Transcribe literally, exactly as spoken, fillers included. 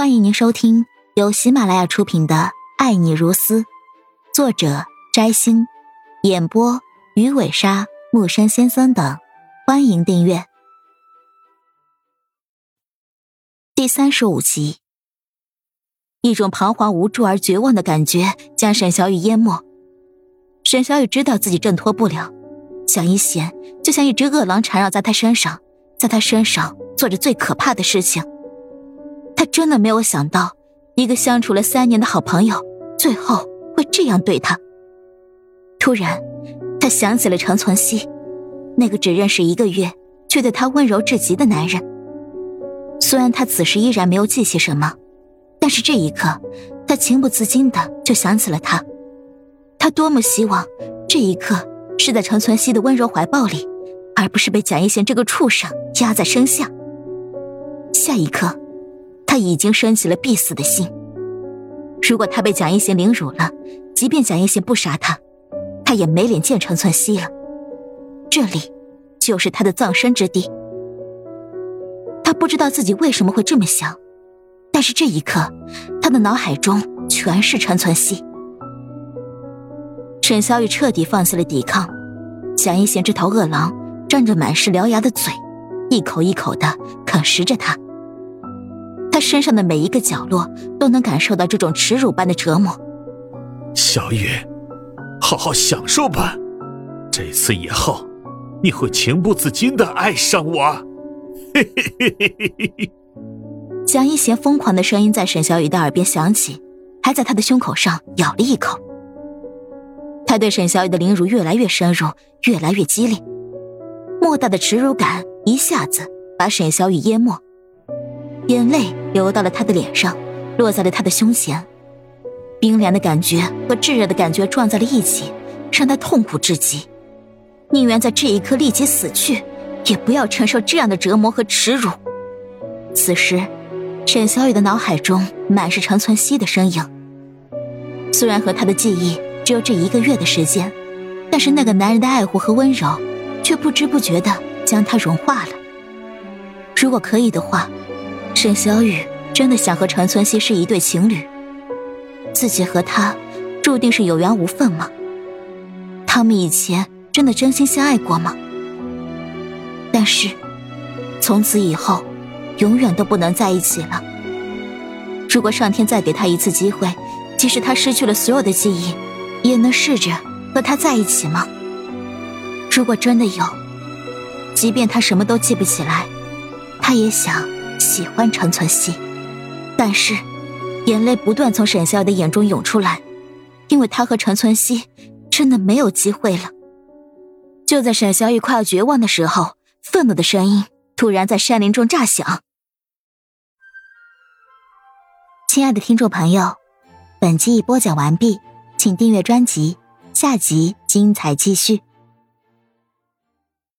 欢迎您收听由喜马拉雅出品的《爱你如斯》，作者摘星，演播鱼尾鲨、木山先生等。欢迎订阅。第三十五集，一种彷徨无助而绝望的感觉将沈小雨淹没。沈小雨知道自己挣脱不了，蒋一贤就像一只饿狼缠绕在他身上，在他身上做着最可怕的事情。他真的没有想到，一个相处了三年的好朋友，最后会这样对他。突然，他想起了程存希，那个只认识一个月，却对他温柔至极的男人。虽然他此时依然没有记起什么，但是这一刻，他情不自禁的就想起了他。他多么希望这一刻是在程存希的温柔怀抱里，而不是被蒋一贤这个畜生压在身下。下一刻，他已经升起了必死的心。如果他被蒋一贤凌辱了，即便蒋一贤不杀他，他也没脸见程存希了。这里就是他的葬身之地。他不知道自己为什么会这么想，但是这一刻，他的脑海中全是程存希。沈小雨彻底放弃了抵抗，蒋一贤这头恶狼张着满是獠牙的嘴，一口一口地啃食着他。他身上的每一个角落都能感受到这种耻辱般的折磨。 小雨，好好享受吧，这次以后你会情不自禁地爱上我。嘿嘿嘿嘿嘿嘿。 蒋一贤疯狂的声音在沈小雨的耳边响起，还在他的胸口上咬了一口。他对沈小雨的凌辱越来越深入，越来越激烈，莫大的耻辱感一下子把沈小雨淹没，眼泪流到了他的脸上，落在了他的胸前。冰凉的感觉和炙热的感觉撞在了一起，让他痛苦至极，宁愿在这一刻立即死去，也不要承受这样的折磨和耻辱。此时，沈小雨的脑海中满是程存希的身影。虽然和他的记忆只有这一个月的时间，但是那个男人的爱护和温柔却不知不觉地将他融化了。如果可以的话，沈小雨真的想和程存希是一对情侣。自己和他注定是有缘无分吗？他们以前真的真心相爱过吗？但是从此以后永远都不能在一起了。如果上天再给他一次机会，即使他失去了所有的记忆，也能试着和他在一起吗？如果真的有，即便他什么都记不起来，他也想喜欢程存希。但是眼泪不断从沈小雨的眼中涌出来，因为他和程存希真的没有机会了。就在沈小雨快要绝望的时候，愤怒的声音突然在山林中炸响。亲爱的听众朋友，本集已播讲完毕，请订阅专辑，下集精彩继续。